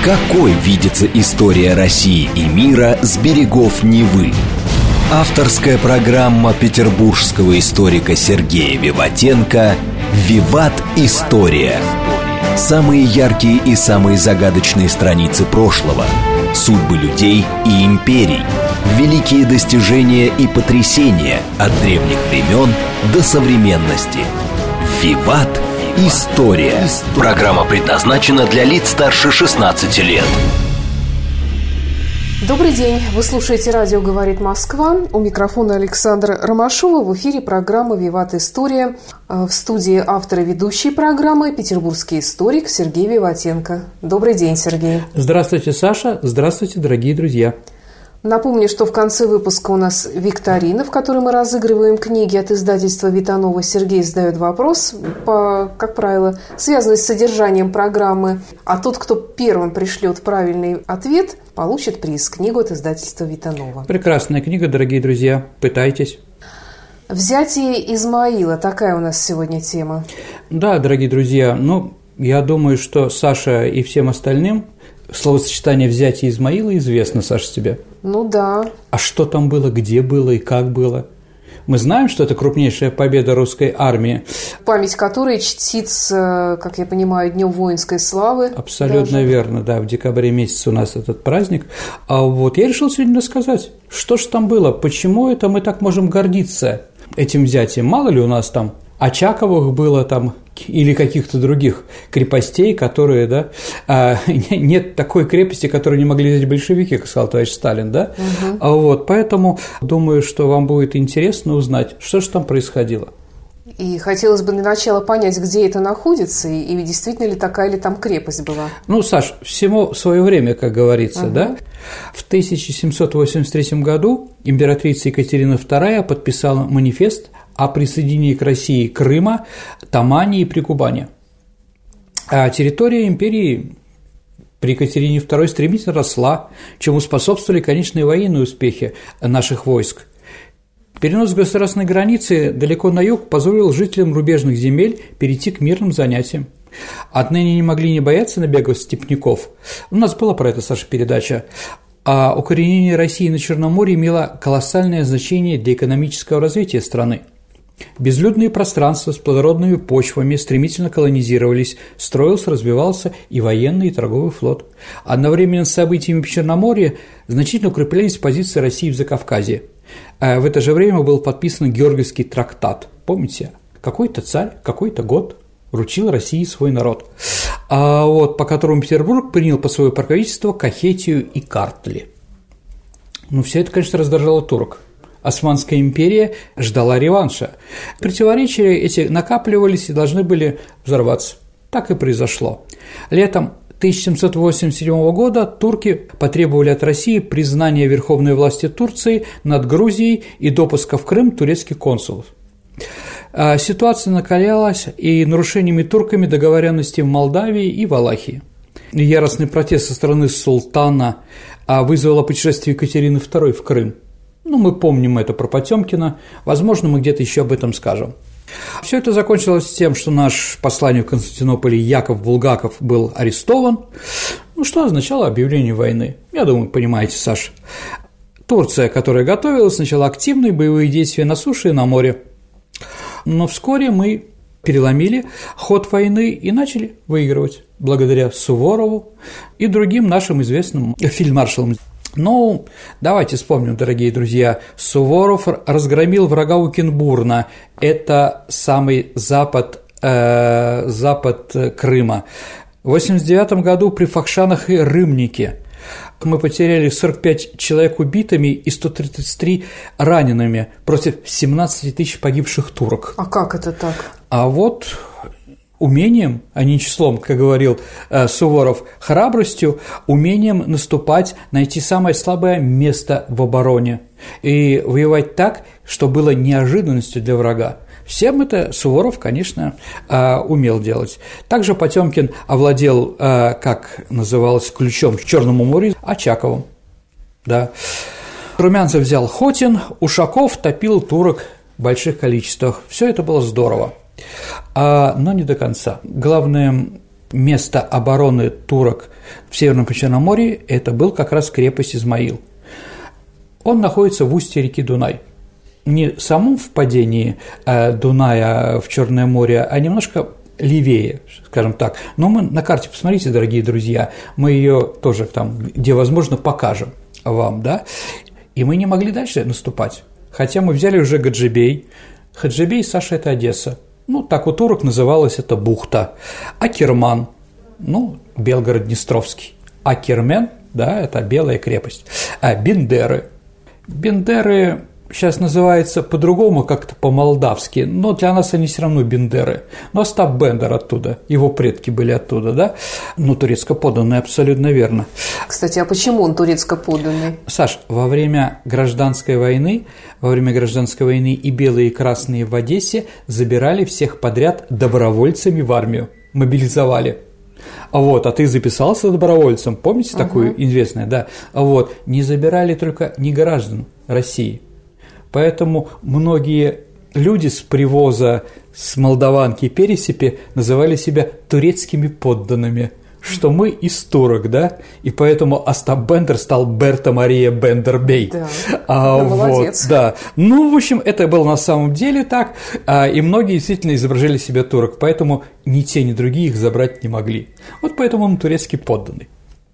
Какой видится история России и мира с берегов Невы? Авторская программа петербургского историка Сергея Виватенко «Виват. История». Самые яркие и самые загадочные страницы прошлого, судьбы людей и империй, великие достижения и потрясения от древних времен до современности. «Виват. История». Программа предназначена для лиц старше 16 лет. Добрый день. Вы слушаете «Радио говорит Москва». У микрофона Александра Ромашова. В эфире программа «Виват. История». В студии автор и ведущий программы петербургский историк Сергей Виватенко. Добрый день, Сергей. Здравствуйте, Саша. Здравствуйте, дорогие друзья. Напомню, что в конце выпуска у нас викторина, в которой мы разыгрываем книги от издательства «Витанова». Сергей задает вопрос, как правило, связанный с содержанием программы. А тот, кто первым пришлет правильный ответ, получит приз, книгу от издательства «Витанова». Прекрасная книга, дорогие друзья. Пытайтесь. «Взятие Измаила». Такая у нас сегодня тема. Да, дорогие друзья. Я думаю, что Саша и всем остальным словосочетание «взятие Измаила» известно, Саша, тебе? Да. А что там было, где было и как было? Мы знаем, что это крупнейшая победа русской армии. Память которой чтится, как я понимаю, Днем воинской славы. Абсолютно верно, да, в декабре месяце у нас этот праздник. А вот я решил сегодня рассказать, что же там было, почему это мы так можем гордиться этим взятием. Мало ли у нас там Очаковых было там или каких-то других крепостей, которые, нет такой крепости, которую не могли взять большевики, как сказал товарищ Сталин, да? Поэтому думаю, что вам будет интересно узнать, что же там происходило. И хотелось бы для начала понять, где это находится, и действительно ли такая ли там крепость была. Саш, всему свое время, как говорится, да? В 1783 году императрица Екатерина II подписала манифест о присоединении к России Крыма, Тамани и Прикубани. А территория империи при Екатерине II стремительно росла, чему способствовали конечные военные успехи наших войск. Перенос государственной границы далеко на юг позволил жителям рубежных земель перейти к мирным занятиям. Отныне не могли не бояться набегов степняков. У нас была про это, Саша, передача. А укоренение России на Черноморье имело колоссальное значение для экономического развития страны. Безлюдные пространства с плодородными почвами стремительно колонизировались, строился, развивался и военный, и торговый флот. Одновременно с событиями в Черноморье значительно укреплялись позиции России в Закавказье. А в это же время был подписан Георгиевский трактат. Помните? Какой-то царь, какой-то год вручил России свой народ, по которому Петербург принял под свое покровительство Кахетию и Картли. Все это, конечно, раздражало турок. Османская империя ждала реванша. Противоречия эти накапливались и должны были взорваться. Так и произошло. Летом 1787 года турки потребовали от России признания верховной власти Турции над Грузией и допуска в Крым турецких консулов. Ситуация накалялась и нарушениями турками договоренностей в Молдавии и Валахии. Яростный протест со стороны султана вызвало путешествие Екатерины II в Крым. Мы помним это про Потёмкина, возможно, мы где-то еще об этом скажем. Все это закончилось тем, что наш посланник в Константинополе Яков Булгаков был арестован, что означало объявление войны. Я думаю, понимаете, Саша. Турция, которая готовилась, начала активные боевые действия на суше и на море. Но вскоре мы переломили ход войны и начали выигрывать благодаря Суворову и другим нашим известным фельдмаршалам. Давайте вспомним, дорогие друзья, Суворов разгромил врага у Кенбурна, это самый запад Крыма. В 1989 году при Факшанах и Рымнике мы потеряли 45 человек убитыми и 133 ранеными против 17 тысяч погибших турок. А как это так? Умением, а не числом, как говорил Суворов, храбростью, умением наступать, найти самое слабое место в обороне и воевать так, что было неожиданностью для врага. Всем это Суворов, конечно, умел делать. Также Потёмкин овладел, как называлось, ключом к Черному морю, Очаковым. Да. Румянцев взял Хотин, Ушаков топил турок в больших количествах. Все это было здорово. Но не до конца. Главное место обороны турок в Северном Причерноморье – это был как раз крепость Измаил. Он находится в устье реки Дунай. Не в самом впадении Дуная в Черное море, а немножко левее, скажем так. Но мы на карте, посмотрите, дорогие друзья, мы ее тоже там, где возможно, покажем вам, да. И мы не могли дальше наступать, хотя мы взяли уже Гаджибей. Хаджибей, Саша, это Одесса. Ну, так у турок называлась эта бухта. Акерман, ну, Белгород-Днестровский. Акермен, да, это белая крепость. А Бендеры. Бендеры сейчас называется по-другому, как-то по-молдавски, но для нас они все равно бендеры. Но Остап Бендер оттуда, его предки были оттуда, да? Ну, турецко-подданные, абсолютно верно. Кстати, а почему он турецко-подданный? Саш, во время гражданской войны и белые, и красные в Одессе забирали всех подряд добровольцами в армию, мобилизовали. Вот, а ты записался добровольцем, помните такую известную, да? Вот, не забирали только не граждан России. Поэтому многие люди с привоза с Молдаванки и Пересипи называли себя турецкими подданными, что мы из турок, да, и поэтому Остап Бендер стал Берта Мария Бендер-бей. Да, молодец. Вот, да. Ну, в общем, это было на самом деле так, и многие действительно изображали себя турок, поэтому ни те, ни другие их забрать не могли. Вот поэтому он турецкий подданный.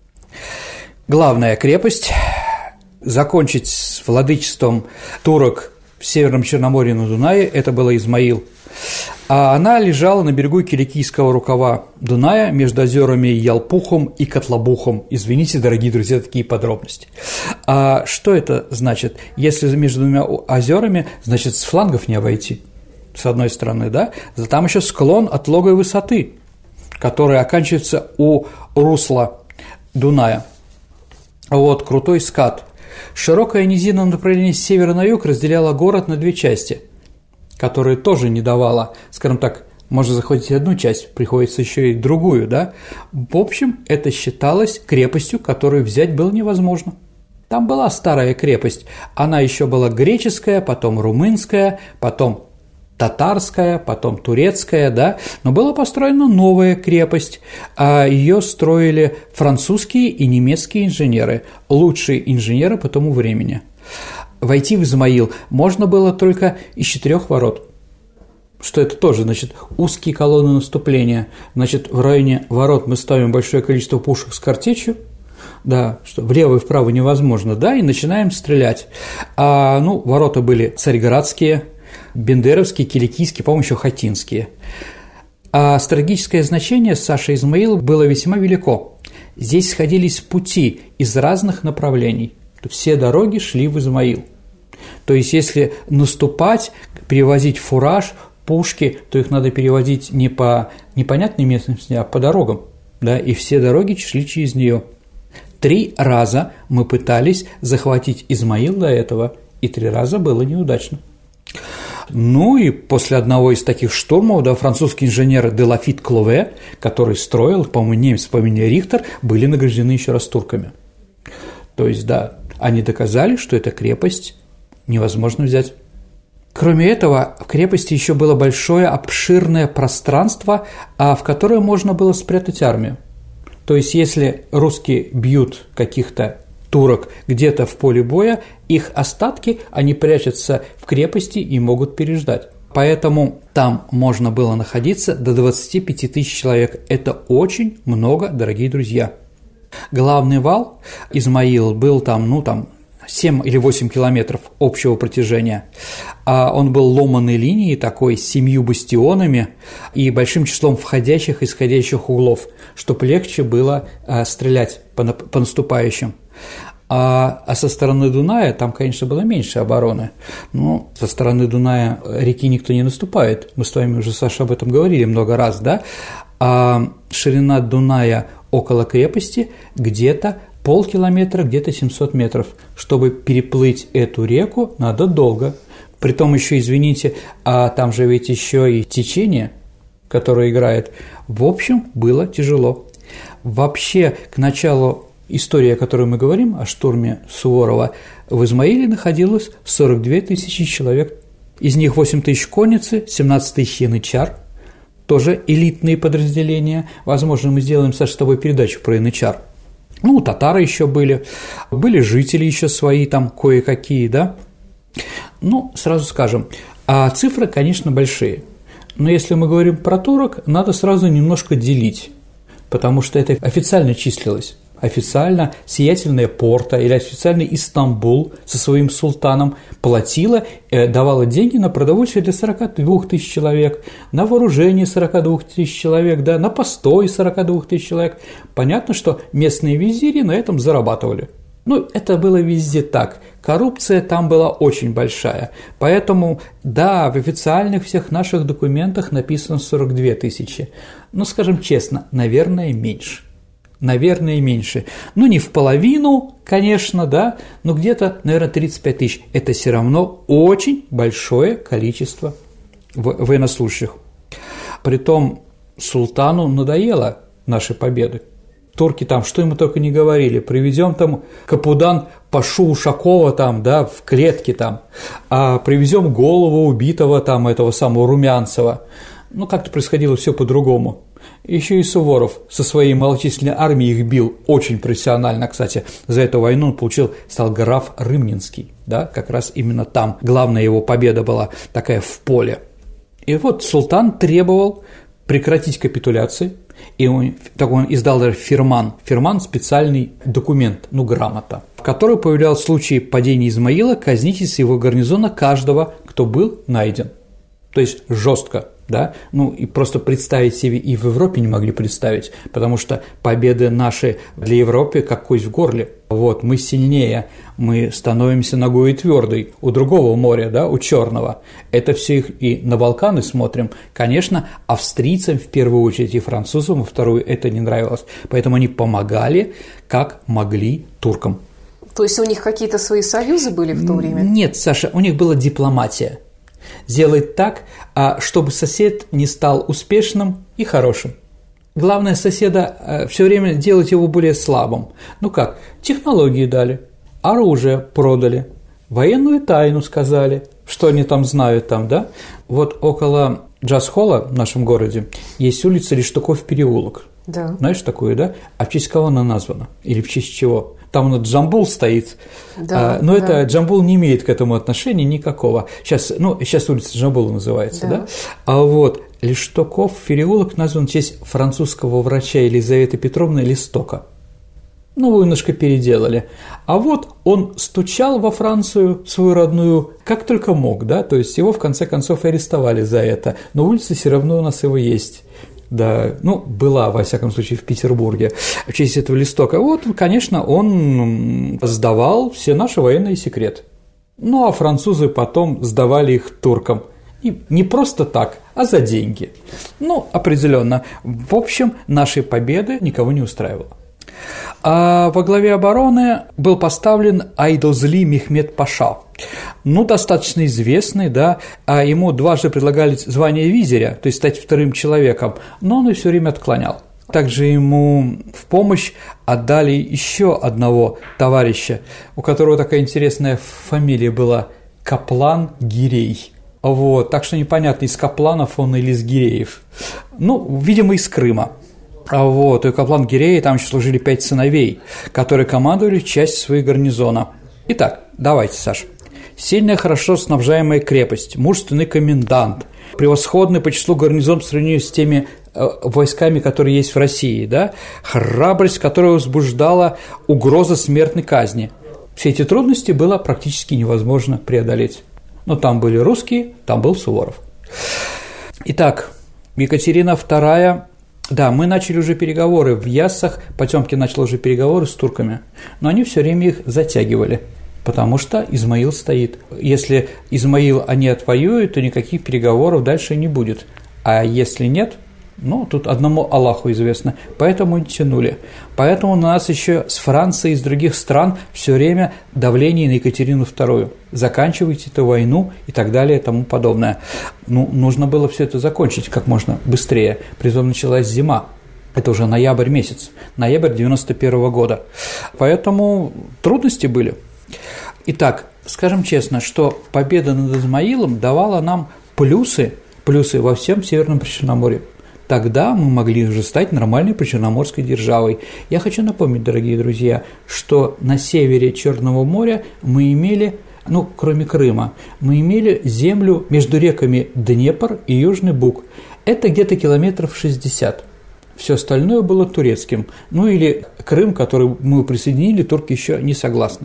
Главная крепость. Закончить с владычеством турок в Северном Черноморье на Дунае – это было Измаил. А она лежала на берегу Киликийского рукава Дуная между озерами Ялпухом и Котлобухом. Извините, дорогие друзья, такие подробности. А что это значит? Если между двумя озерами, значит, с флангов не обойти, с одной стороны, да? Там еще склон отлогой высоты, который оканчивается у русла Дуная. Вот, крутой скат. Широкая низина на направлении с севера на юг разделяла город на две части, которые тоже не давала, скажем так, можно захватить одну часть, приходится еще и другую, да? В общем, это считалось крепостью, которую взять было невозможно. Там была старая крепость, она еще была греческая, потом румынская, потом татарская, потом турецкая, да, но была построена новая крепость, а ее строили французские и немецкие инженеры, лучшие инженеры по тому времени. Войти в Измаил можно было только из 4 ворот. Что это тоже, значит, узкие колонны наступления. Значит, в районе ворот мы ставим большое количество пушек с картечью, да, что влево и вправо невозможно, да, и начинаем стрелять. Ворота были царьградские, бендеровские, киликийские, по-моему, еще хатинские. А стратегическое значение Саши Измаила было весьма велико. Здесь сходились пути из разных направлений. Все дороги шли в Измаил. То есть, если наступать, перевозить фураж, пушки, то их надо перевозить не по непонятной местности, а по дорогам. Да, и все дороги шли через нее. 3 раза мы пытались захватить Измаил до этого, и 3 раза было неудачно. Ну и после одного из таких штурмов, да, французский инженер де Лафит Клове, который строил, по-моему, немец по имени Рихтер, были награждены еще раз турками. То есть, да, они доказали, что эту крепость невозможно взять. Кроме этого, в крепости еще было большое обширное пространство, в которое можно было спрятать армию. То есть, если русские бьют каких-то турок где-то в поле боя, их остатки, они прячутся в крепости и могут переждать. Поэтому там можно было находиться до 25 тысяч человек. Это очень много, дорогие друзья. Главный вал Измаил был там 7 или 8 километров общего протяжения. Он был ломаной линией такой, с 7 бастионами и большим числом входящих и исходящих углов, чтобы легче было стрелять по наступающим. А со стороны Дуная там, конечно, было меньше обороны. Но со стороны Дуная реки никто не наступает. Мы с вами уже, Саша, об этом говорили много раз, да? А ширина Дуная около крепости где-то полкилометра, где-то 700 метров. Чтобы переплыть эту реку, надо долго. Притом еще, извините, там же ведь еще и течение, которое играет. В общем, было тяжело. Вообще, к началу истории, о которой мы говорим, о штурме Суворова, в Измаиле находилось 42 тысячи человек. Из них 8 тысяч конницы, 17 тысяч янычар, тоже элитные подразделения. Возможно, мы сделаем, Саша, с тобой передачу про янычар. Ну, татары еще были жители еще свои там кое-какие, да. Ну, сразу скажем, цифры, конечно, большие. Но если мы говорим про турок, надо сразу немножко делить, потому что это официально числилось. Официально сиятельная Порта или официальный Истамбул со своим султаном платила, давала деньги на продовольствие для 42 тысяч человек, на вооружение 42 тысяч человек, да, на постой 42 тысяч человек. Понятно, что местные визири на этом зарабатывали. Ну, это было везде так. Коррупция там была очень большая. Поэтому, да, в официальных всех наших документах написано 42 тысячи. Но, скажем честно, наверное, меньше. Ну, не в половину, конечно, да, но где-то, наверное, 35 тысяч. Это все равно очень большое количество военнослужащих. Притом султану надоело наши победы. Турки там, что ему только не говорили, приведем там Капудан Пашу Ушакова там, да, в клетке там, привезем голову убитого там, этого самого Румянцева. Ну, как-то происходило все по-другому. Еще и Суворов со своей малочисленной армией их бил очень профессионально, кстати, за эту войну он стал граф Рымнинский, да, как раз именно там главная его победа была такая в поле. И вот султан требовал прекратить капитуляции, и он издал даже фирман. Фирман – специальный документ, грамота, в которой появлялся случай падения Измаила, казните с его гарнизона каждого, кто был найден. То есть жестко. Да? И просто представить себе и в Европе не могли представить, потому что победы наши для Европы как кость в горле. Вот, мы сильнее, мы становимся ногой твердой у другого моря, да, у Черного. Это все их и на Балканы смотрим. Конечно, австрийцам в первую очередь и французам во вторую это не нравилось, поэтому они помогали как могли туркам. То есть у них какие-то свои союзы были в то время? Нет, Саша, у них была дипломатия. Сделать так, чтобы сосед не стал успешным и хорошим. Главное, соседа все время делать его более слабым. Как? Технологии дали, оружие продали, военную тайну сказали, что они там знают там, да? Вот около Джаз-холла в нашем городе есть улица Рештуков переулок. Да. Знаешь такую, да? А в честь кого она названа? Или в честь чего? Там Джамбул стоит, да, но да. это Джамбул не имеет к этому отношения никакого. Сейчас улица Джамбула называется, да? А вот Рештуков переулок назван в честь французского врача Елизаветы Петровны Листока. Его немножко переделали. А вот он стучал во Францию свою родную как только мог, да? То есть его в конце концов арестовали за это, но улица все равно у нас его есть. Да, была, во всяком случае, в Петербурге в честь этого Листока. Вот, конечно, он сдавал все наши военные секреты. А французы потом сдавали их туркам. И не просто так, а за деньги. Определенно. В общем, наши победы никого не устраивало. А во главе обороны был поставлен Айдозли Мехмед Паша. Достаточно известный, да, ему дважды предлагали звание визиря, то есть стать вторым человеком, но он и все время отклонял. Также ему в помощь отдали еще одного товарища, у которого такая интересная фамилия была – Каплан Гирей. Вот, так что непонятно, из Капланов он или из Гиреев. Видимо, из Крыма. Вот, и Каплан Гирея там еще служили 5 сыновей, которые командовали часть своего гарнизона. Итак, давайте, Саш. Сильная, хорошо снабжаемая крепость, мужественный комендант, превосходный по числу гарнизон по сравнению с теми войсками, которые есть в России, да? Храбрость, которая возбуждала угроза смертной казни. Все эти трудности было практически невозможно преодолеть. Но там были русские, там был Суворов. Итак, Екатерина II. Да, мы начали уже переговоры в Яссах, Потёмкин начал уже переговоры с турками, но они все время их затягивали, потому что Измаил стоит. Если Измаил они отвоюют, то никаких переговоров дальше не будет, а если нет, тут одному Аллаху известно, поэтому и тянули. Поэтому у нас еще с Францией и с других стран все время давление на Екатерину II. Заканчивайте эту войну и так далее и тому подобное. Нужно было все это закончить как можно быстрее. Притом началась зима. Это уже ноябрь месяц, ноябрь 91 года. Поэтому трудности были. Итак, скажем честно, что победа над Измаилом давала нам плюсы во всем Северном Причерноморье. тогда мы могли уже стать нормальной причерноморской державой. Я хочу напомнить, дорогие друзья, что на севере Черного моря мы имели, кроме Крыма, мы имели землю между реками Днепр и Южный Буг. Это где-то километров 60. Все остальное было турецким. Или Крым, который мы присоединили, турки еще не согласны.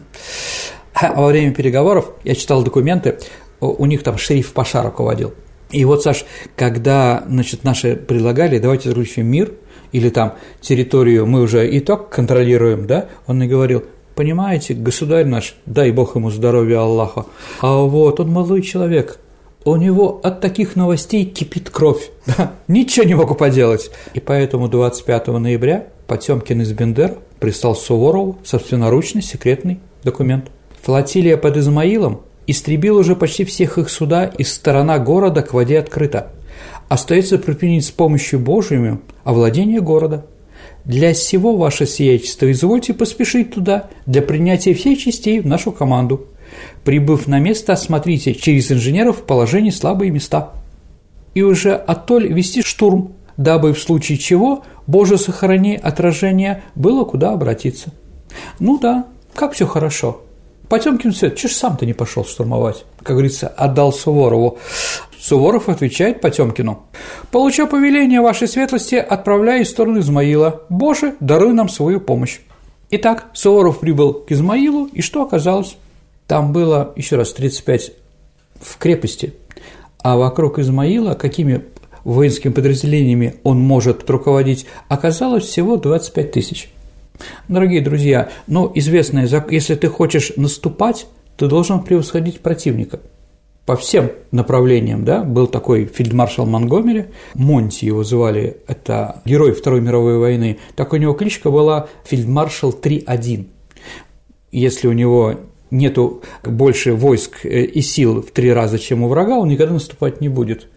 Во время переговоров я читал документы, у них там шериф Паша руководил. И вот, Саш, когда, наши предлагали, давайте заключим мир, или там территорию мы уже и так контролируем, да, он мне говорил: понимаете, государь наш, дай Бог ему здоровья, Аллаха, а вот он молодой человек, у него от таких новостей кипит кровь, да, ничего не могу поделать. И поэтому 25 ноября Потёмкин из Бендер прислал Суворову собственноручный секретный документ. Флотилия под Измаилом истребил уже почти всех их суда, и сторона города к воде открыта. Остается припинить с помощью Божьей овладение города. Для сего, ваше сиятельство, извольте поспешить туда для принятия всех частей в нашу команду. Прибыв на место, осмотрите через инженеров в положении слабые места. И уже оттоль вести штурм, дабы в случае чего, Боже, сохрани отражение, было куда обратиться. Да, как все хорошо. Потёмкин все, чё ж сам-то не пошел штурмовать? Как говорится, отдал Суворову. Суворов отвечает Потёмкину: получа повеление вашей светлости, отправляюсь в сторону Измаила. Боже, даруй нам свою помощь. Итак, Суворов прибыл к Измаилу, и что оказалось? Там было, еще раз, 35 в крепости, а вокруг Измаила, какими воинскими подразделениями он может руководить, оказалось всего 25 тысяч. Дорогие друзья, известное, если ты хочешь наступать, ты должен превосходить противника по всем направлениям, да, был такой фельдмаршал Монгомери, Монти его звали, это герой Второй мировой войны, так у него кличка была фельдмаршал 3-1, если у него нету больше войск и сил в 3 раза, чем у врага, он никогда наступать не будет.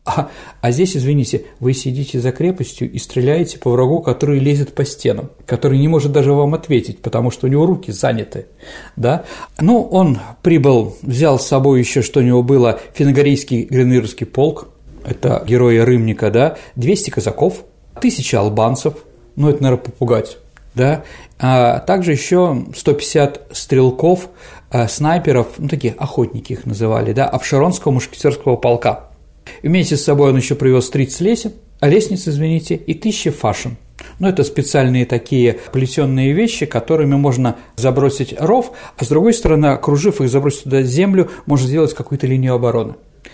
А здесь, извините, вы сидите за крепостью и стреляете по врагу, который лезет по стенам, который не может даже вам ответить, потому что у него руки заняты, да? Он прибыл, взял с собой еще, что у него было, финно-корейский гренадерский полк, это герои Рымника, да, 200 казаков, 1000 албанцев, это, наверное, попугать, да, а также еще 150 стрелков, снайперов, такие охотники их называли, да, Авшеронского мушкетерского полка. Вместе с собой он еще привез 30 лестниц, и 1000 фашин. Это специальные такие плетеные вещи, которыми можно забросить ров, а с другой стороны, окружив их, забросить туда землю, можно сделать какую-то линию обороны.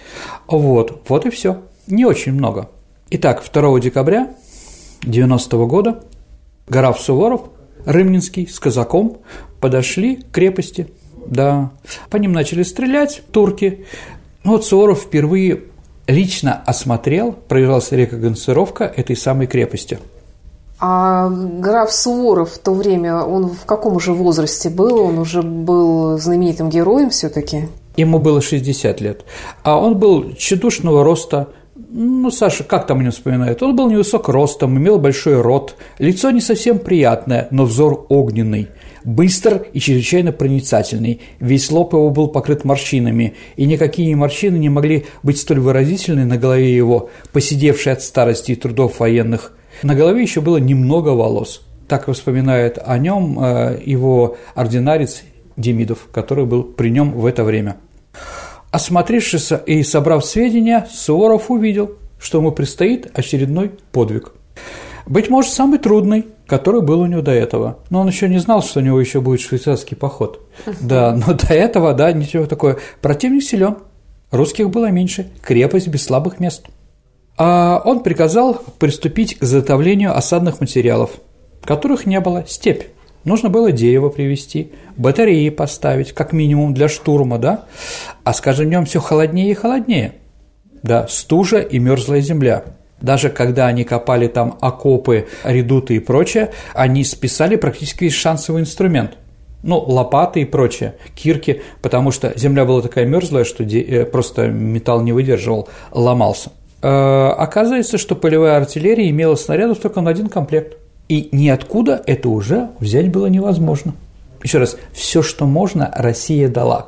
Вот и все. Не очень много. Итак, 2 декабря 90 года граф Суворов, Рымнинский, с казаком подошли к крепости. Да, по ним начали стрелять турки. Суворов впервые лично осмотрел, провелась рекогносцировка этой самой крепости. А граф Суворов в то время, он в каком же возрасте был? Он уже был знаменитым героем все-таки? Ему было 60 лет. А он был тщедушного роста. Саша, как там о нем вспоминают? Он был невысок ростом, имел большой рот, лицо не совсем приятное, но взор огненный. Быстр и чрезвычайно проницательный, весь лоб его был покрыт морщинами, и никакие морщины не могли быть столь выразительны на голове его, поседевшей от старости и трудов военных. На голове еще было немного волос. Так вспоминает о нем его ординарец Демидов, который был при нем в это время. Осмотревшись и собрав сведения, Суворов увидел, что ему предстоит очередной подвиг. Быть может, самый трудный, который был у него до этого. Но он еще не знал, что у него еще будет швейцарский поход. Да, но до этого, да, ничего такое. Противник силен, русских было меньше, крепость без слабых мест. А он приказал приступить к заготовлению осадных материалов, которых не было, степь. Нужно было дерево привезти, батареи поставить, как минимум для штурма, да? А с каждым днем все холоднее и холоднее. Да, стужа и мерзлая земля. Даже когда они копали там окопы, редуты и прочее, они списали практически весь шансовый инструмент. Лопаты и прочее, кирки, потому что земля была такая мерзлая, что просто металл не выдерживал, ломался. Оказывается, что полевая артиллерия имела снарядов только на 1 комплект. И ниоткуда это уже взять было невозможно. Еще раз, все, что можно, Россия дала.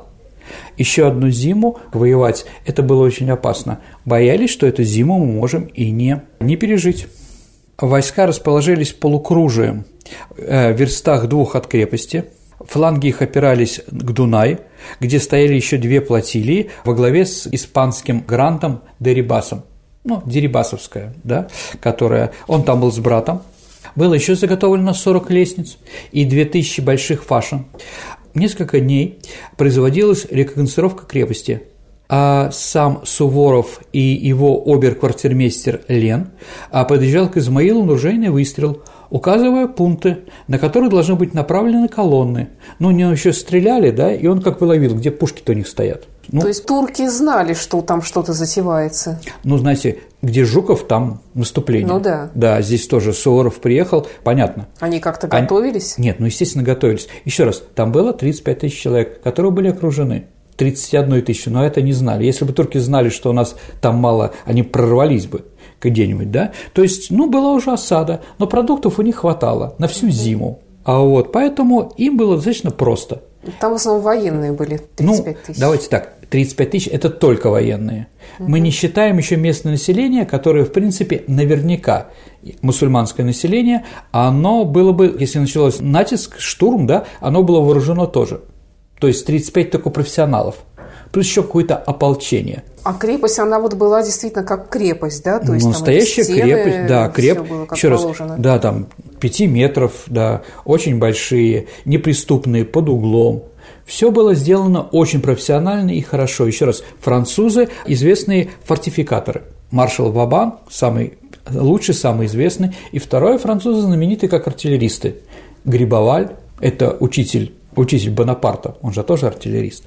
Еще одну зиму воевать – это было очень опасно. Боялись, что эту зиму мы можем и не пережить. Войска расположились полукружием в верстах 2 от крепости. Фланги их опирались к Дунаю, где стояли еще 2 флотилии во главе с испанским грандом Дерибасом. Дерибасовская, да, которая… Он там был с братом. Было еще заготовлено 40 лестниц и 2000 больших фашин. Несколько дней производилась рекогносцировка крепости, а сам Суворов и его обер-квартирмейстер Лен подъезжал к Измаилу на ружейный выстрел, указывая пункты, на которые должны быть направлены колонны. Они еще стреляли, да, и он как бы ловил, где пушки-то у них стоят. То есть турки знали, что там что-то затевается? Знаете, где Жуков, там наступление. Да. Да, здесь тоже Суворов приехал, понятно. Они как-то готовились? Нет, естественно, готовились. Еще раз, там было 35 тысяч человек, которые были окружены. 31 тысячу, но это не знали. Если бы турки знали, что у нас там мало, они прорвались бы где-нибудь, да? То есть, была уже осада, но продуктов у них хватало на всю зиму. Поэтому им было достаточно просто. Там в основном военные были, 35 тысяч. Давайте так, 35 тысяч – это только военные. Мы не считаем еще местное население, которое, в принципе, наверняка мусульманское население, оно было бы, если началось натиск, штурм, да, оно было вооружено тоже. То есть 35 только профессионалов, плюс еще какое-то ополчение. А крепость, она была действительно как крепость, да? То есть настоящая там стены, крепость, да, было как еще положено. Раз, да, там 5 метров, да, очень большие, неприступные, под углом. Все было сделано очень профессионально и хорошо. Еще раз, французы – известные фортификаторы. Маршал Вабан – самый лучший, самый известный. И второе, французы знаменитые как артиллеристы. Грибоваль – это учитель Бонапарта, он же тоже артиллерист.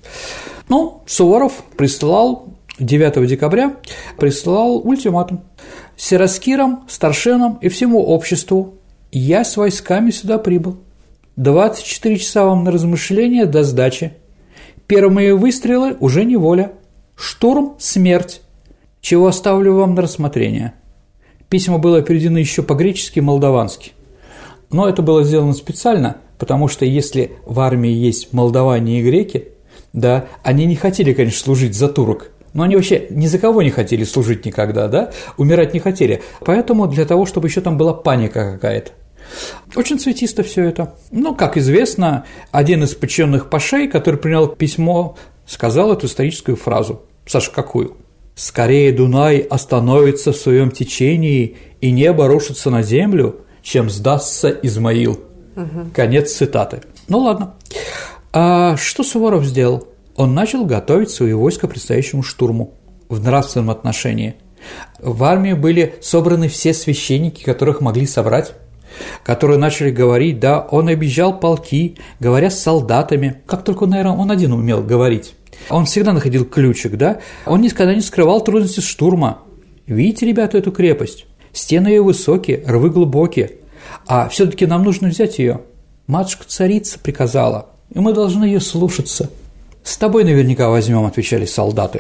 Суворов прислал 9 декабря ультиматум сираскирам, старшинам и всему обществу: я с войсками сюда прибыл. 24 часа вам на размышление до сдачи. Первые выстрелы уже неволя. Штурм – смерть. Чего оставлю вам на рассмотрение. Письма было переведено еще по-гречески и молдавански. Но это было сделано специально, потому что если в армии есть молдаване и греки, да, они не хотели, конечно, служить за турок, но они вообще ни за кого не хотели служить никогда, да, умирать не хотели. Поэтому для того, чтобы еще там была паника какая-то. Очень цветисто все это. Как известно, один из подчиненных пашей, который принял письмо, сказал эту историческую фразу. Саша, какую? «Скорее Дунай остановится в своем течении, и небо рушится на землю, чем сдастся Измаил». Конец цитаты. Ладно. А что Суворов сделал? Он начал готовить свои войска к предстоящему штурму в нравственном отношении. В армии были собраны все священники, которых могли собрать, которые начали говорить, да, он объезжал полки, говоря с солдатами, как только, наверное, он один умел говорить. Он всегда находил ключик, да, он никогда не скрывал трудности штурма. Видите, ребята, эту крепость? Стены ее высокие, рвы глубокие, а все-таки нам нужно взять ее. Матушка-царица приказала, и мы должны ее слушаться. С тобой наверняка возьмем, отвечали солдаты.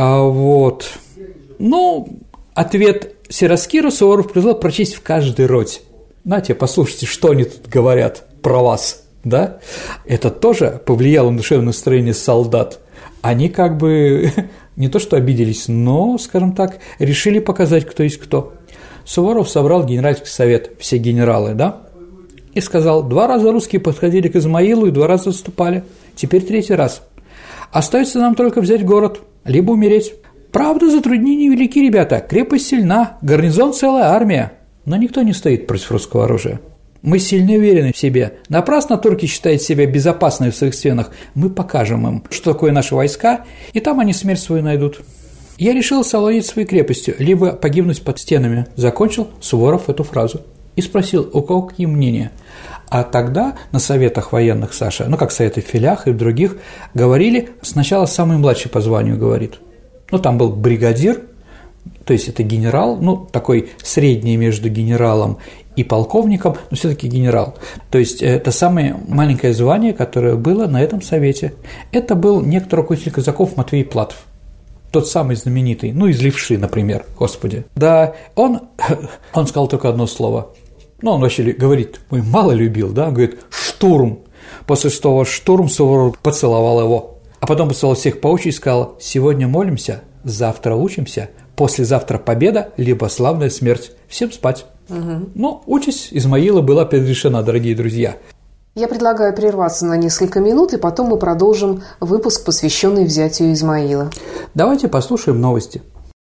Ответ Сираскира Суворов призвал прочесть в каждой роте. Нате, послушайте, что они тут говорят про вас, да? Это тоже повлияло на душевное настроение солдат. Они как бы не то что обиделись, но, скажем так, решили показать, кто есть кто. Суворов собрал генеральский совет, все генералы, да, и сказал: 2 раза русские подходили к Измаилу и 2 раза отступали, теперь 3-й раз. Остается нам только взять город, либо умереть. Правда, затруднения велики, ребята, крепость сильна, гарнизон целая армия, но никто не стоит против русского оружия. Мы сильно уверены в себе. Напрасно турки считают себя безопасными в своих стенах. Мы покажем им, что такое наши войска, и там они смерть свою найдут. Я решил совладеть своей крепостью, либо погибнуть под стенами. Закончил Суворов эту фразу и спросил, у кого какие мнения. А тогда на советах военных, Саша, как советы в филях и в других, говорили, сначала самый младший по званию говорит. Там был бригадир, то есть это генерал, такой средний между генералом и полковником, но все-таки генерал. То есть это самое маленькое звание, которое было на этом совете. Это был некто руководитель казаков Матвей Платов, тот самый знаменитый, из Левши, например, господи. Да, он сказал только одно слово. Он вообще говорит, мало любил, да, говорит, штурм. После слова штурм Суворов поцеловал его. А потом позвал всех по очереди и сказал: сегодня молимся, завтра учимся, послезавтра победа, либо славная смерть. Всем спать. Но участь Измаила была предрешена, дорогие друзья. Я предлагаю прерваться на несколько минут, и потом мы продолжим выпуск, посвященный взятию Измаила. Давайте послушаем новости.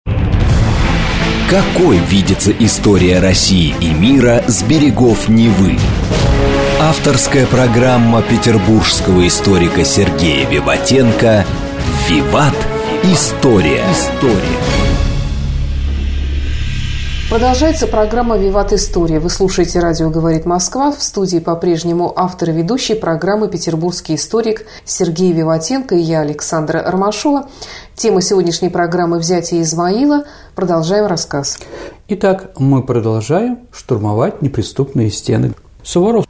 Какой видится история России и мира с берегов Невы? Авторская программа петербургского историка Сергея Виватенко «Виват. История». Продолжается программа «Виват. История». Вы слушаете «Радио говорит Москва». В студии по-прежнему автор и ведущий программы петербургский историк Сергей Виватенко и я, Александра Ромашова. Тема сегодняшней программы «Взятие Измаила». Продолжаем рассказ. Итак, мы продолжаем штурмовать неприступные стены. Суворов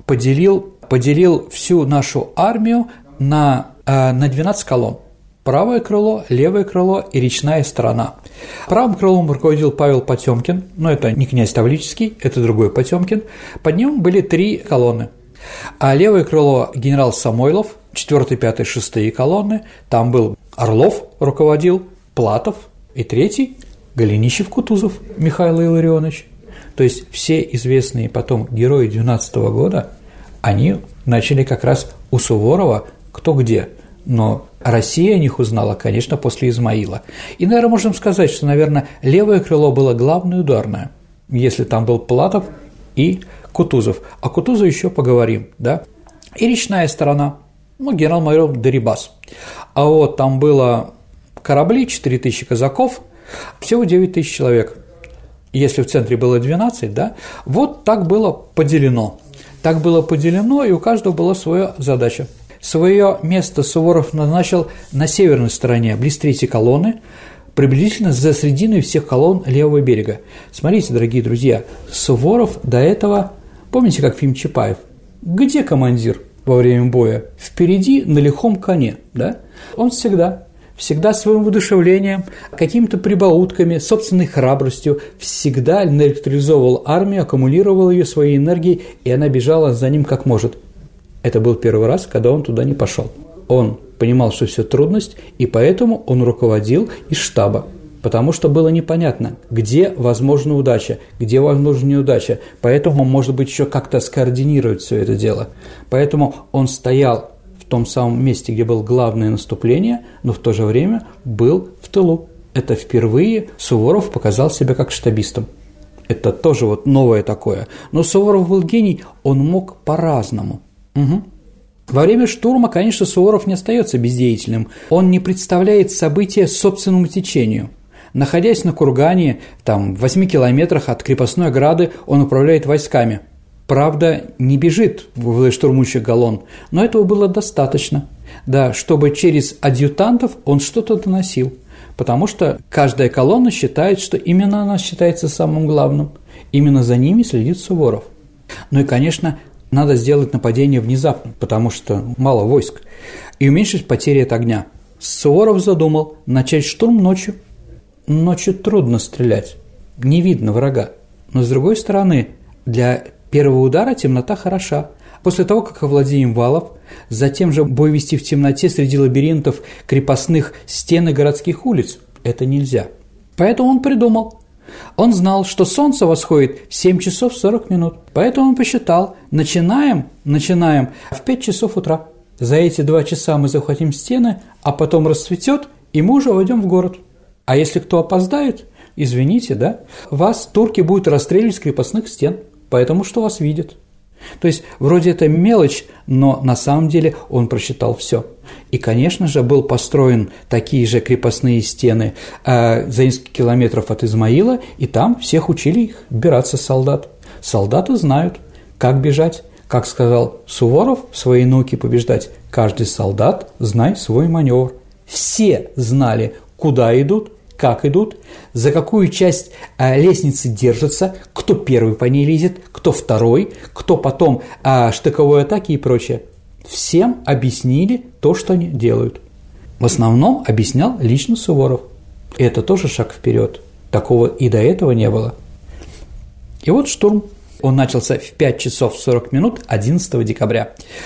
поделил всю нашу армию на 12 колонн. Правое крыло, левое крыло и речная сторона. Правым крылом руководил Павел Потёмкин, но это не князь Тавлический, это другой Потёмкин. Под ним были 3 колонны. А левое крыло генерал Самойлов, 4-й, 5-й, 6-й колонны. Там был Орлов руководил, Платов и 3-й Голенищев Кутузов Михаил Илларионович. То есть все известные потом герои 12 года, они начали как раз у Суворова кто где. Но Россия о них узнала, конечно, после Измаила. И, наверное, можем сказать, что, наверное, левое крыло было главное ударное, если там был Платов и Кутузов. О Кутузове еще поговорим, да. И речная сторона, генерал-майор Дерибас. А вот там было корабли, 4000 казаков, всего 9000 человек. Если в центре было 12, да, вот так было поделено. Так было поделено, и у каждого была своя задача. Свое место Суворов назначил на северной стороне, близ 3-й колонны, приблизительно за серединой всех колонн левого берега. Смотрите, дорогие друзья, Суворов до этого, помните, как фильм Чапаев? Где командир во время боя? Впереди на лихом коне, да? Он всегда своим воодушевлением, какими-то прибаутками, собственной храбростью всегда наэлектризовывал армию, аккумулировал ее своей энергией, и она бежала за ним как может. Это был первый раз, когда он туда не пошел. Он понимал, что все трудность, и поэтому он руководил из штаба, потому что было непонятно, где возможна удача, где возможна неудача, поэтому, может быть, еще как-то скоординировать все это дело. Поэтому он стоял в том самом месте, где было главное наступление, но в то же время был в тылу. Это впервые Суворов показал себя как штабистом. Это тоже вот новое такое. Но Суворов был гений, он мог по-разному. Во время штурма, конечно, Суворов не остается бездеятельным. Он не представляет события собственному течению. Находясь на кургане, в 8 километрах от крепостной ограды, он управляет войсками. Правда, не бежит в штурмующих галлон, но этого было достаточно, да, чтобы через адъютантов он что-то доносил, потому что каждая колонна считает, что именно она считается самым главным. Именно за ними следит Суворов. Ну и, конечно, надо сделать нападение внезапно, потому что мало войск, и уменьшить потери от огня. Суворов задумал начать штурм ночью. Ночью трудно стрелять, не видно врага. Но, с другой стороны, для первого удара темнота хороша. После того, как овладеем валов, затем же бой вести в темноте среди лабиринтов крепостных стен и городских улиц – это нельзя. Поэтому он придумал. Он знал, что солнце восходит в 7 часов 40 минут, поэтому он посчитал, начинаем в 5 часов утра. За эти 2 часа мы захватим стены, а потом расцветет, и мы уже войдем в город. А если кто опоздает, извините, да, вас турки будут расстреливать с крепостных стен, потому что вас видят. То есть, вроде это мелочь, но на самом деле он просчитал все. И, конечно же, был построен такие же крепостные стены за несколько километров от Измаила, и там всех учили их бираться солдат. Солдаты знают, как бежать. Как сказал Суворов в своей науке побеждать, каждый солдат знай свой маневр. Все знали, куда идут, как идут, за какую часть лестницы держатся, кто первый по ней лезет, кто второй, кто потом штыковой атаки и прочее. Всем объяснили то, что они делают. В основном объяснял лично Суворов. И это тоже шаг вперед. Такого и до этого не было. И вот штурм. Он начался в 5 часов 40 минут 11 декабря.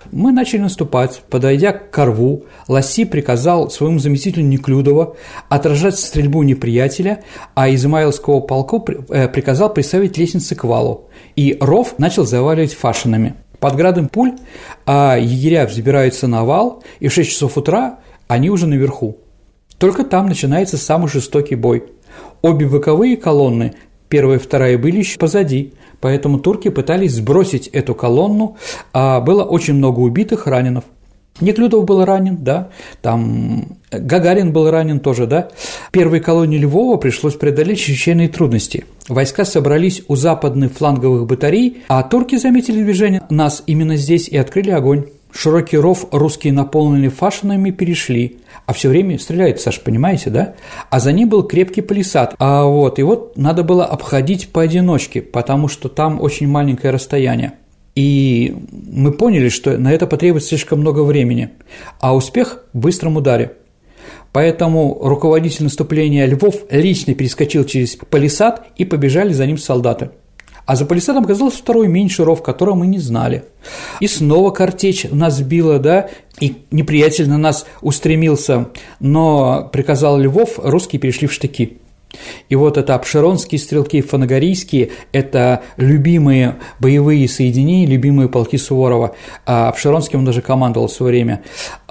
мы начали наступать. Подойдя к рву, Ласси приказал своему заместителю Неклюдову отражать стрельбу неприятеля, а Измаилскому полку приказал приставить лестницы к валу, и ров начал заваливать фашинами. Под градом пуль егеря взбираются на вал, и в 6 часов утра они уже наверху. Только там начинается самый жестокий бой. Обе боковые колонны, первая и вторая, были еще позади, поэтому турки пытались сбросить эту колонну, а было очень много убитых, раненых. Неклюдов был ранен, да, там Гагарин был ранен тоже, да. Первой колонне Львова пришлось преодолеть чрезвычайные трудности. Войска собрались у западных фланговых батарей, а турки заметили движение нас именно здесь и открыли огонь. Широкий ров русские наполнили фашинами, перешли, а все время стреляют, Саш, понимаете, да? А за ним был крепкий палисад, и вот надо было обходить поодиночке, потому что там очень маленькое расстояние. И мы поняли, что на это потребуется слишком много времени, а успех в быстром ударе. Поэтому руководитель наступления Львов лично перескочил через палисад, и побежали за ним солдаты. А за палисадом оказался второй меньший ров, которого мы не знали. И снова картечь нас била, да, и неприятель на нас устремился, но приказал Львов, русские перешли в штыки. И вот это обширонские стрелки, фанагорийские – это любимые боевые соединения, любимые полки Суворова. Обширонским он даже командовал в свое время.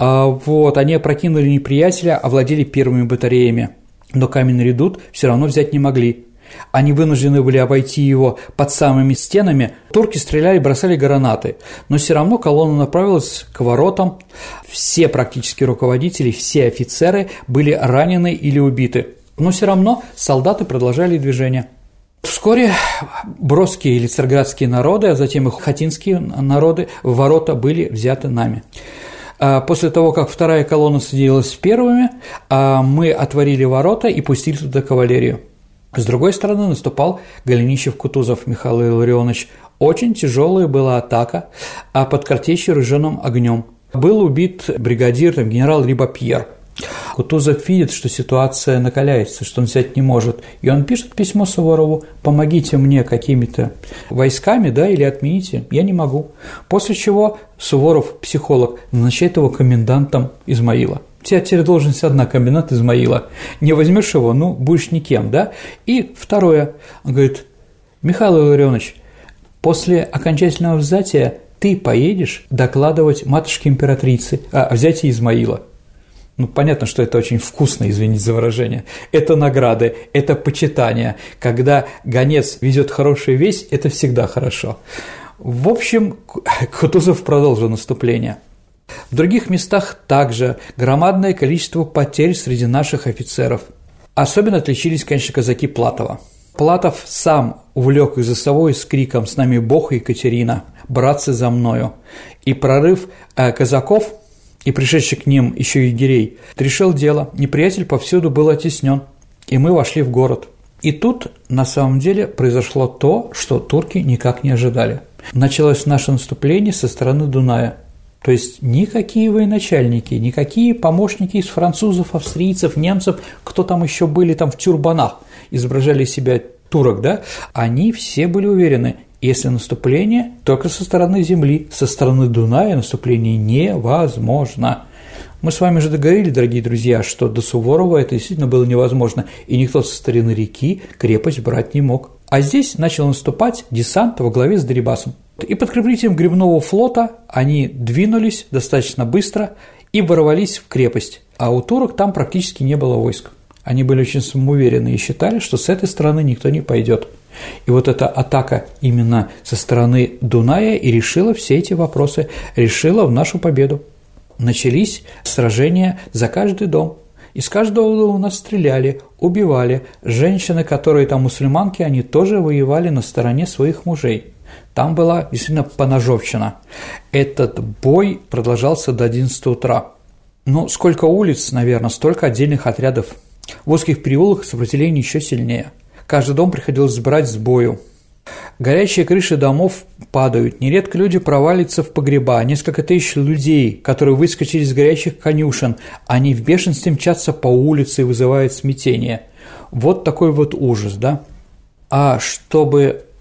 Они опрокинули неприятеля, овладели первыми батареями, но Каменный редут все равно взять не могли. Они вынуждены были обойти его под самыми стенами. Турки стреляли, бросали гранаты, но все равно колонна направилась к воротам. Все практически руководители, все офицеры были ранены или убиты, но все равно солдаты продолжали движение. Вскоре бродские или царьградские народы, а затем и хатинские народы, ворота были взяты нами. После того, как вторая колонна соединилась с первыми, мы отворили ворота и пустили туда кавалерию. С другой стороны наступал Голенищев-Кутузов Михаил Илларионович. Очень тяжелая была атака, под картечью ружейным огнем. Был убит бригадир, генерал Рибапьер. Кутузов видит, что ситуация накаляется, что он взять не может, и он пишет письмо Суворову: «Помогите мне какими-то войсками, да, или отмените, я не могу». После чего Суворов, психолог, назначает его комендантом Измаила. У тебя теперь должность одна, комендант Измаила. Не возьмешь его, будешь никем, да? И второе, он говорит: «Михаил Илларионович, после окончательного взятия ты поедешь докладывать матушке-императрице о взятии Измаила». Понятно, что это очень вкусно, извините за выражение. Это награды, это почитание. Когда гонец везет хорошую весть, это всегда хорошо. В общем, Кутузов продолжил наступление. В других местах также громадное количество потерь среди наших офицеров. Особенно отличились, конечно, казаки Платова. Платов сам увлек их за собой с криком: «С нами Бог и Екатерина, братцы, за мною!» И прорыв казаков и пришедших к ним еще егерей решил дело. Неприятель повсюду был оттеснен, и мы вошли в город. И тут на самом деле произошло то, что турки никак не ожидали. Началось наше наступление со стороны Дуная. То есть никакие военачальники, никакие помощники из французов, австрийцев, немцев, кто там еще были там в тюрбанах, изображали себя турок, да, они все были уверены: если наступление, только со стороны земли, со стороны Дуная наступление невозможно. Мы с вами же договорились, дорогие друзья, что до Суворова это действительно было невозможно, и никто со стороны реки крепость брать не мог. А здесь начал наступать десант во главе с Дерибасом. И под прикрытием гребного флота они двинулись достаточно быстро и ворвались в крепость, а у турок там практически не было войск. Они были очень самоуверены и считали, что с этой стороны никто не пойдет. И вот эта атака именно со стороны Дуная и решила все эти вопросы, решила в нашу победу. Начались сражения за каждый дом. Из каждого дома нас стреляли, убивали. Женщины, которые там мусульманки, они тоже воевали на стороне своих мужей. Там была действительно поножовщина. Этот бой продолжался до 11 утра. Сколько улиц, наверное, столько отдельных отрядов. В узких переулках сопротивление еще сильнее. Каждый дом приходилось брать с бою. Горящие крыши домов падают, нередко люди проваливаются в погреба, несколько тысяч людей, которые выскочили из горящих конюшен, они в бешенстве мчатся по улице и вызывают смятение. Вот такой вот ужас, да? А чтобы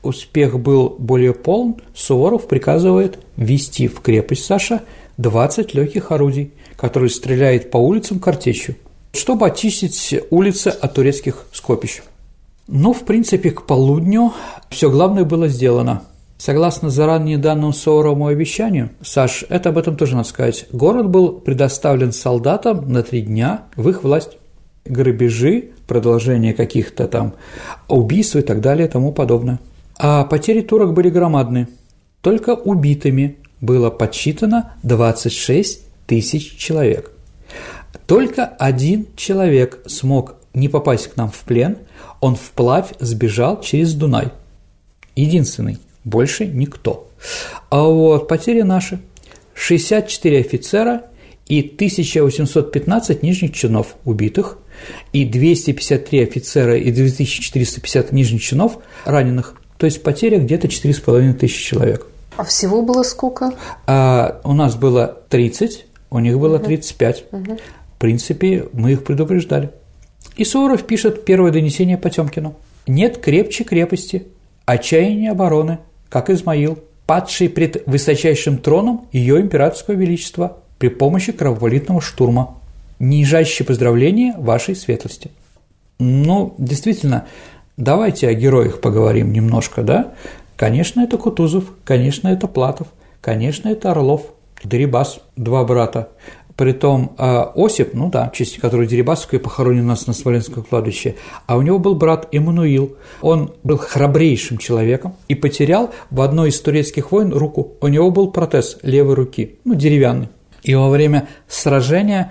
успех был более полн, Суворов приказывает ввести в крепость, Саша, 20 легких орудий, которые стреляют по улицам картечью, чтобы очистить улицы от турецких скопищ. Ну, в принципе, к полудню все главное было сделано. Согласно заранее данному Суворову обещанию, Саш, это об этом тоже надо сказать, город был предоставлен солдатам на 3 дня в их власть. Грабежи, продолжение каких-то там убийств и так далее и тому подобное. А потери турок были громадные. Только убитыми было подсчитано 26 тысяч человек. Только один человек смог не попасть к нам в плен, он вплавь сбежал через Дунай. Единственный, больше никто. А вот потери наши – 64 офицера и 1815 нижних чинов убитых, и 253 офицера и 2450 нижних чинов раненых, то есть потеря где-то 4500 человек. А всего было сколько? У нас было 30, у них было 35. В принципе, мы их предупреждали. И Суворов пишет первое донесение Потёмкину. «Нет крепче крепости, отчаяние обороны, как Измаил, падший пред высочайшим троном ее императорского величества при помощи кровопролитного штурма. Нижайшее поздравление вашей светлости». Ну, действительно, давайте о героях поговорим немножко, да? Конечно, это Кутузов, конечно, это Платов, конечно, это Орлов, Дерибас, 2 брата. Притом Осип, ну да, в честь которого Дерибасовской похоронен у нас на Смоленском кладбище, а у него был брат Эммануил. Он был храбрейшим человеком и потерял в одной из турецких войн руку. У него был протез левой руки, ну, деревянный. И во время сражения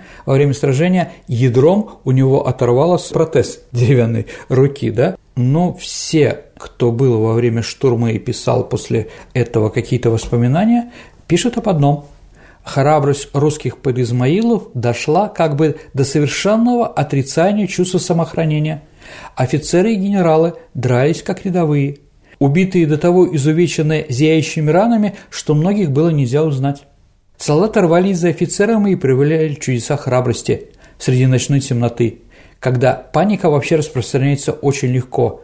ядром у него оторвался протез деревянной руки, да? Но все, кто был во время штурма и писал после этого какие-то воспоминания, пишут об одном – храбрость русских под Измаилов дошла как бы до совершенного отрицания чувства самоохранения. Офицеры и генералы дрались как рядовые, убитые до того изувеченные зияющими ранами, что многих было нельзя узнать. Солдаты рвались за офицерами и проявляли чудеса храбрости среди ночной темноты, когда паника вообще распространяется очень легко.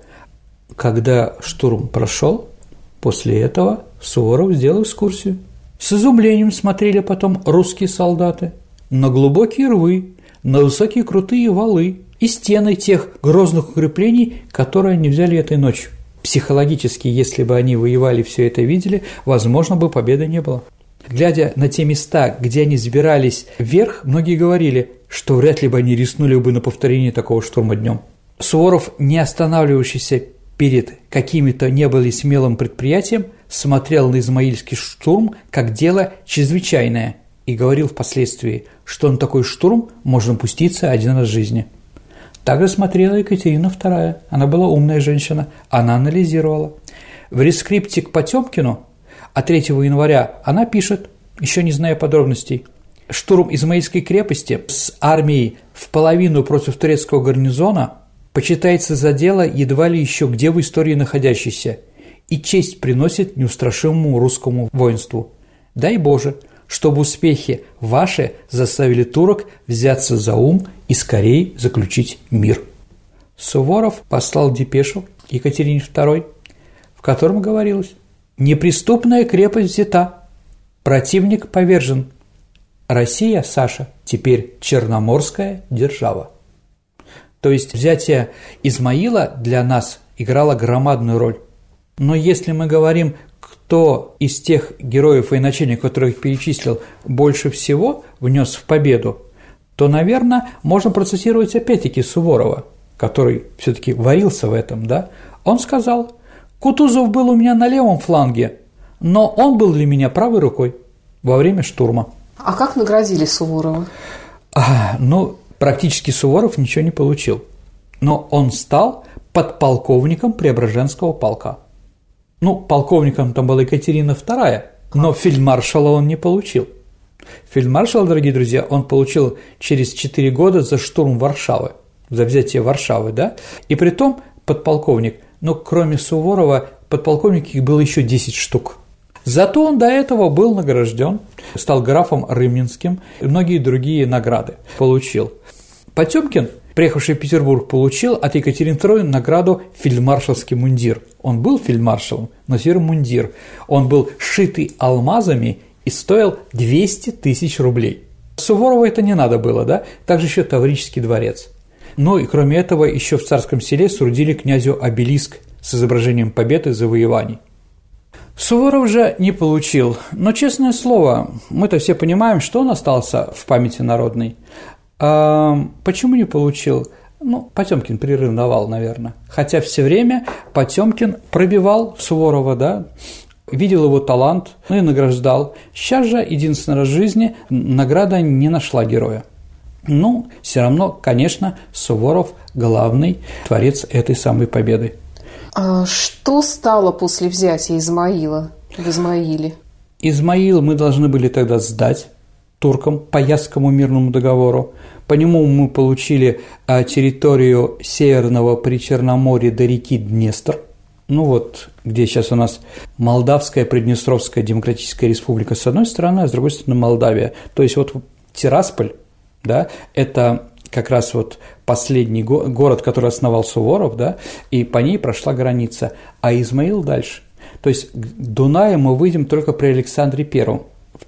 Когда штурм прошел, после этого Суворов сделал экскурсию. С изумлением смотрели потом русские солдаты на глубокие рвы, на высокие крутые валы и стены тех грозных укреплений, которые они взяли этой ночью. Психологически, если бы они воевали, все это видели, возможно бы победы не было. Глядя на те места, где они взбирались вверх, многие говорили, что вряд ли бы они рискнули бы на повторение такого штурма днем. Суворов, не останавливающийся перед каким-то не были смелым предприятием, смотрел на измаильский штурм как дело чрезвычайное и говорил впоследствии, что на такой штурм можно пуститься один раз в жизни. Также смотрела Екатерина II, она была умная женщина, она анализировала. В рескрипте к Потёмкину от 3 января она пишет, еще не зная подробностей, штурм Измаильской крепости с армией в половину против турецкого гарнизона почитается за дело едва ли еще где в истории находящейся и честь приносит неустрашимому русскому воинству. Дай Боже, чтобы успехи ваши заставили турок взяться за ум и скорее заключить мир. Суворов послал депешу Екатерине II, в котором говорилось: «Неприступная крепость взята, противник повержен. Россия, Саша, теперь черноморская держава». То есть взятие Измаила для нас играло громадную роль. Но если мы говорим, кто из тех героев и начальников, которых перечислил, больше всего внес в победу, то, наверное, можно процитировать опять-таки Суворова, который все-таки варился в этом, да? Он сказал: «Кутузов был у меня на левом фланге, но он был для меня правой рукой во время штурма». А как наградили Суворова? Практически Суворов ничего не получил, но он стал подполковником Преображенского полка. Полковником там была Екатерина II, но фельдмаршала он не получил. Фельдмаршала, дорогие друзья, он получил через 4 года за штурм Варшавы, за взятие Варшавы, да? И притом подполковник, кроме Суворова, подполковников было еще 10 штук. Зато он до этого был награжден, стал графом Рымнинским и многие другие награды получил. Потёмкин, приехавший в Петербург, получил от Екатерины II награду «Фельдмаршалский мундир». Он был фельдмаршалом, но теперь мундир. Он был шитый алмазами и стоил 200 тысяч рублей. Суворову это не надо было, да? Также еще Таврический дворец. Ну и кроме этого еще в Царском Селе соорудили князю обелиск с изображением побед и завоеваний. Суворов же не получил, но, честное слово, мы-то все понимаем, что он остался в памяти народной. А почему не получил? Ну, Потёмкин приревновал, наверное. Хотя все время Потёмкин пробивал Суворова, да, видел его талант, ну и награждал. Сейчас же, единственный раз в жизни, награда не нашла героя. Ну, все равно, конечно, Суворов – главный творец этой самой победы. А что стало после взятия Измаила в Измаиле? Измаил мы должны были тогда сдать туркам по Ясскому мирному договору. По нему мы получили территорию Северного Причерноморья до реки Днестр. Ну вот, где сейчас у нас Молдавская Приднестровская Демократическая Республика с одной стороны, а с другой стороны Молдавия. То есть вот Тирасполь, да, это как раз вот последний город, который основал Суворов, да, и по ней прошла граница, а Измаил дальше. То есть к Дунаю мы выйдем только при Александре I в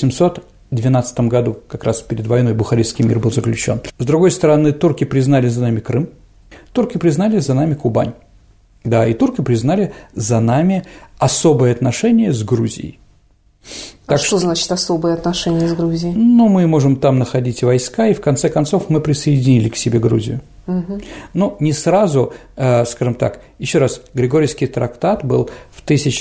1812 году, как раз перед войной Бухарестский мир был заключен. С другой стороны, турки признали за нами Крым, турки признали за нами Кубань, да, и турки признали за нами особые отношения с Грузией. Так что значит особые отношения с Грузией? Ну, мы можем там находить войска, и в конце концов мы присоединили к себе Грузию. Угу. Ну, не сразу, скажем так, еще раз, Григорьевский трактат был в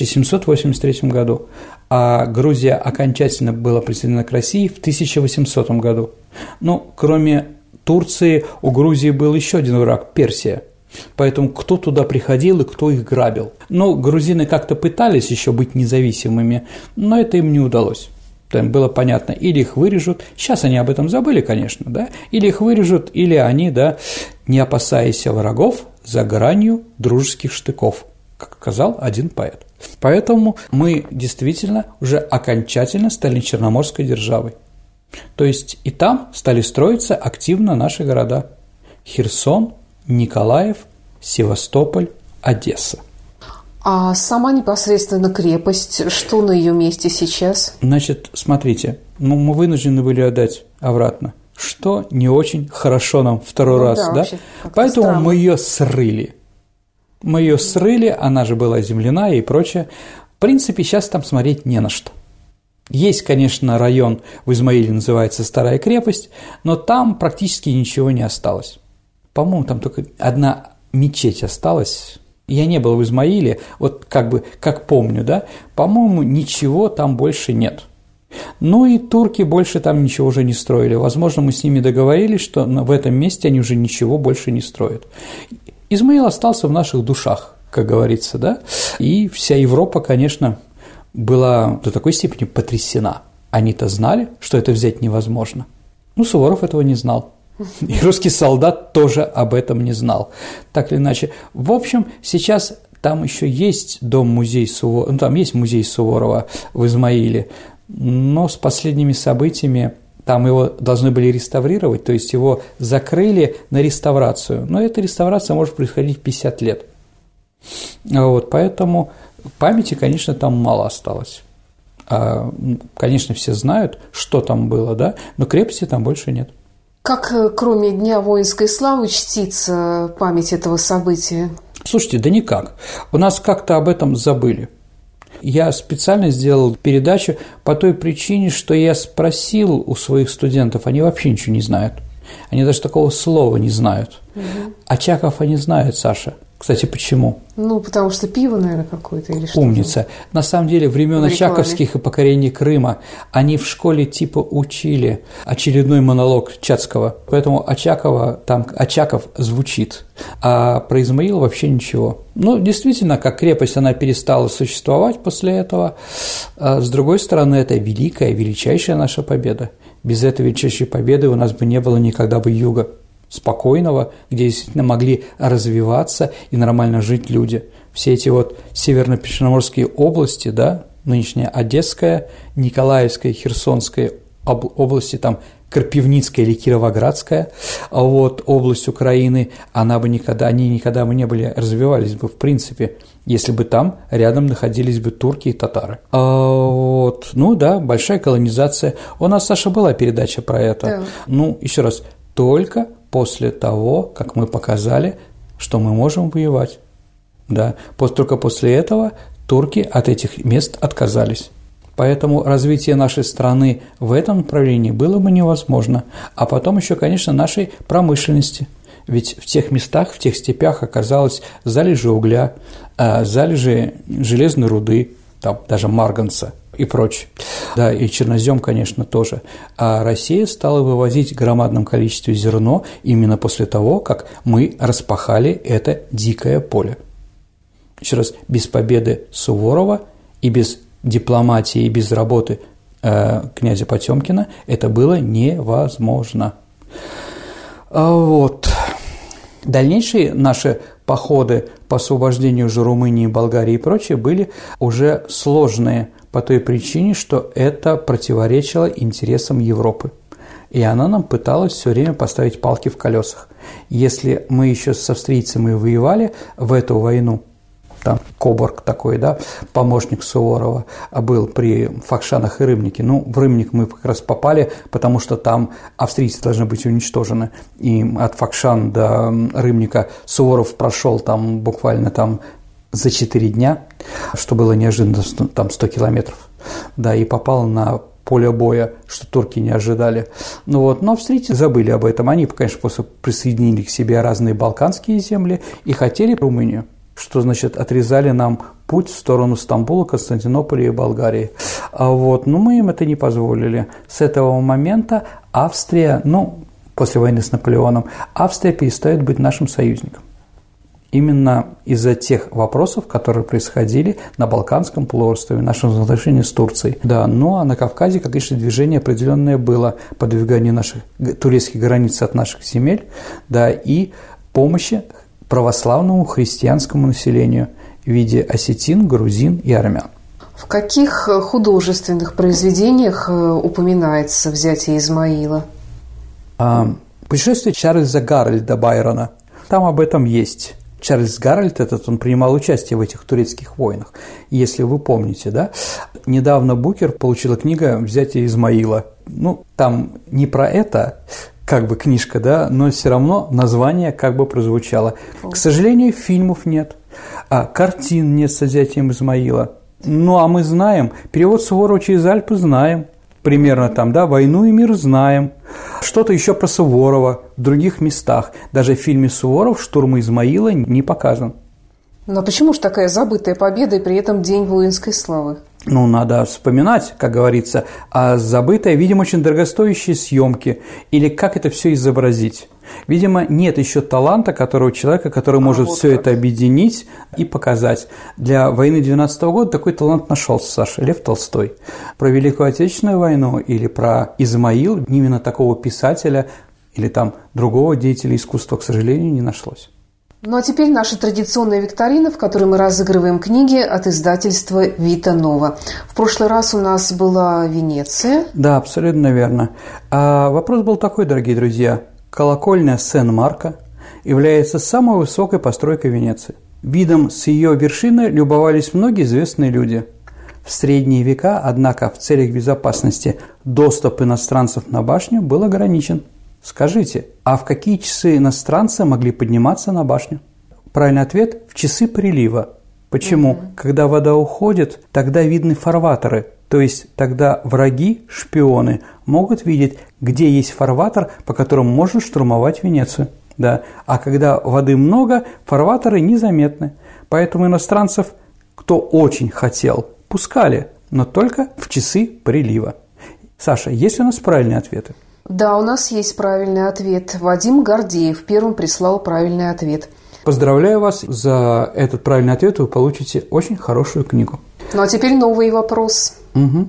1783 году, а Грузия окончательно была присоединена к России в 1800 году. Ну, кроме Турции, у Грузии был еще один враг – Персия. Поэтому кто туда приходил и кто их грабил. Ну, грузины как-то пытались еще быть независимыми, но это им не удалось. Там было понятно, или их вырежут, сейчас они об этом забыли, конечно, да, или их вырежут, или они, да, не опасаясь врагов, за гранью дружеских штыков, как сказал один поэт. Поэтому мы действительно уже окончательно стали черноморской державой. То есть и там стали строиться активно наши города – Херсон, Николаев, Севастополь, Одесса. А сама непосредственно крепость, что на ее месте сейчас? Значит, смотрите, мы вынуждены были отдать обратно, что не очень хорошо нам второй раз, да? Вообще, поэтому странно. мы ее срыли. Мы ее срыли, она же была земляная и прочее. В принципе, сейчас там смотреть не на что. Есть, конечно, район в Измаиле, называется Старая крепость, но там практически ничего не осталось. По-моему, там только одна мечеть осталась. Я не был в Измаиле, вот как помню, да, по-моему, ничего там больше нет. Ну и турки больше там ничего уже не строили. Возможно, мы с ними договорились, что в этом месте они уже ничего больше не строят. Измаил остался в наших душах, как говорится, да, и вся Европа, конечно, была до такой степени потрясена. Они-то знали, что это взять невозможно. Ну, Суворов этого не знал. И русский солдат тоже об этом не знал. Так или иначе. В общем, сейчас там еще есть дом-музей Суворова, ну, там есть музей Суворова в Измаиле, но с последними событиями там его должны были реставрировать, то есть его закрыли на реставрацию. Но эта реставрация может происходить 50 лет. Вот, поэтому памяти, конечно, там мало осталось. Конечно, все знают, что там было, да, но крепости там больше нет. Как, кроме Дня воинской славы, чтится память этого события? Слушайте, да никак. У нас как-то об этом забыли. Я специально сделал передачу по той причине, что я спросил у своих студентов, они вообще ничего не знают. Они даже такого слова не знают. Угу. Очаков они знают, Саша. Кстати, почему? Ну, потому что пиво, наверное, какое-то или что-то. Умница. На самом деле, времен Очаковских и покорения Крыма они в школе типа учили очередной монолог Чацкого. Поэтому Очаков звучит, а про Измаил вообще ничего. Ну, действительно, как крепость, она перестала существовать после этого. А с другой стороны, это великая, величайшая наша победа. Без этой величайшей победы у нас бы не было никогда бы юга спокойного, где действительно могли развиваться и нормально жить люди. Все эти вот северно-причерноморские области, да, нынешняя Одесская, Николаевская, Херсонская области там Крапивницкая или Кировоградская, вот, область Украины, они никогда бы не развивались бы в принципе, если бы там рядом находились бы турки и татары. Вот, ну да, большая колонизация. У нас, Саша, была передача про это. Да. Ну, еще раз, только после того, как мы показали, что мы можем воевать. Да, только после этого турки от этих мест отказались. Поэтому развитие нашей страны в этом направлении было бы невозможно. А потом еще, конечно, нашей промышленности. Ведь в тех местах, в тех степях оказалось залежи угля, залежи железной руды, там даже марганца и прочее. Да, и чернозем, конечно, тоже. А Россия стала вывозить в громадном количестве зерно именно после того, как мы распахали это дикое поле. Еще раз, без победы Суворова и без дипломатии и без работы князя Потёмкина это было невозможно. Вот. Дальнейшие наши походы по освобождению уже Румынии, Болгарии и прочее были уже сложные по той причине, что это противоречило интересам Европы. И она нам пыталась все время поставить палки в колесах. Если мы еще с австрийцами воевали в эту войну, там Коборг такой, да, помощник Суворова, был при Факшанах и Рымнике. Ну, в Рымник мы как раз попали, потому что там австрийцы должны быть уничтожены. И от Факшан до Рымника Суворов прошел там буквально там за 4 дня, что было неожиданно, там 100 километров, да, и попал на поле боя, что турки не ожидали. Ну вот, но австрийцы забыли об этом. Они, конечно, после присоединили к себе разные балканские земли и хотели Румынию, что, значит, отрезали нам путь в сторону Стамбула, Константинополя и Болгарии. Вот, но мы им это не позволили. С этого момента Австрия, после войны с Наполеоном, Австрия перестает быть нашим союзником. Именно из-за тех вопросов, которые происходили на Балканском полуострове, в нашем отношении с Турцией. Да, а на Кавказе, конечно, движение определенное было по двиганию наших турецких границ от наших земель, да, и помощи православному христианскому населению в виде осетин, грузин и армян. В каких художественных произведениях упоминается взятие Измаила? Путешествие Чарльза Гарольда Байрона. Там об этом есть. Чарльз Гарольд он принимал участие в этих турецких войнах, если вы помните, да? Недавно Букер получила книга «Взятие Измаила». Там не про это, книжка, да, но все равно название прозвучало. К сожалению, фильмов нет, картин нет с взятием Измаила. А мы знаем, перевод Суворова через Альпы знаем, примерно там, да, «Войну и мир» знаем, что-то еще про Суворова в других местах. Даже в фильме «Суворов» штурм Измаила не показан. Но почему же такая забытая победа и при этом день воинской славы? Надо вспоминать, как говорится, а забытое, видимо, очень дорогостоящие съемки, или как это все изобразить. Видимо, нет еще таланта человека, который может все это объединить и показать. Для войны 19 года такой талант нашелся, Саша, Лев Толстой. Про Великую Отечественную войну или про Измаил именно такого писателя или там другого деятеля искусства, к сожалению, не нашлось. А теперь наша традиционная викторина, в которой мы разыгрываем книги от издательства «Вита Нова». В прошлый раз у нас была Венеция. Да, абсолютно верно. Вопрос был такой, дорогие друзья. Колокольня Сен-Марко является самой высокой постройкой Венеции. Видом с ее вершины любовались многие известные люди. В средние века, однако, в целях безопасности доступ иностранцев на башню был ограничен. Скажите, а в какие часы иностранцы могли подниматься на башню? Правильный ответ – в часы прилива. Почему? Когда вода уходит, тогда видны фарватеры, то есть тогда враги, шпионы, могут видеть, где есть фарватер, по которому можно штурмовать Венецию. Да. А когда воды много, фарватеры незаметны. Поэтому иностранцев, кто очень хотел, пускали, но только в часы прилива. Саша, есть ли у нас правильные ответы? Да, у нас есть правильный ответ. Вадим Гордеев первым прислал правильный ответ. Поздравляю вас за этот правильный ответ, вы получите очень хорошую книгу. А теперь новый вопрос. Угу.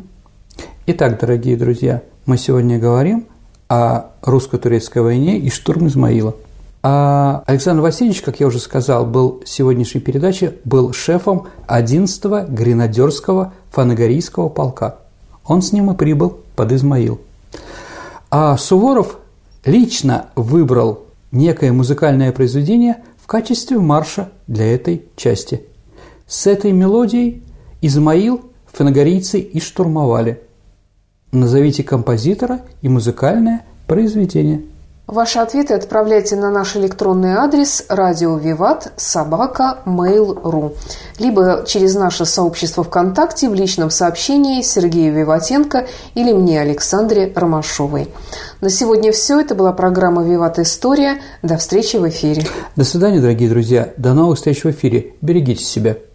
Итак, дорогие друзья, мы сегодня говорим о русско-турецкой войне и штурм Измаила. Александр Васильевич, как я уже сказал, в сегодняшней передаче был шефом 11-го гренадерского фанагорийского полка. Он с ним и прибыл под Измаил. А Суворов лично выбрал некое музыкальное произведение в качестве марша для этой части. С этой мелодией Измаил фанагорийцы и штурмовали. Назовите композитора и музыкальное произведение. Ваши ответы отправляйте на наш электронный адрес radiovivat@mail.ru либо через наше сообщество ВКонтакте в личном сообщении Сергею Виватенко или мне, Александре Ромашовой. На сегодня все. Это была программа «Виват. История». До встречи в эфире. До свидания, дорогие друзья. До новых встреч в эфире. Берегите себя.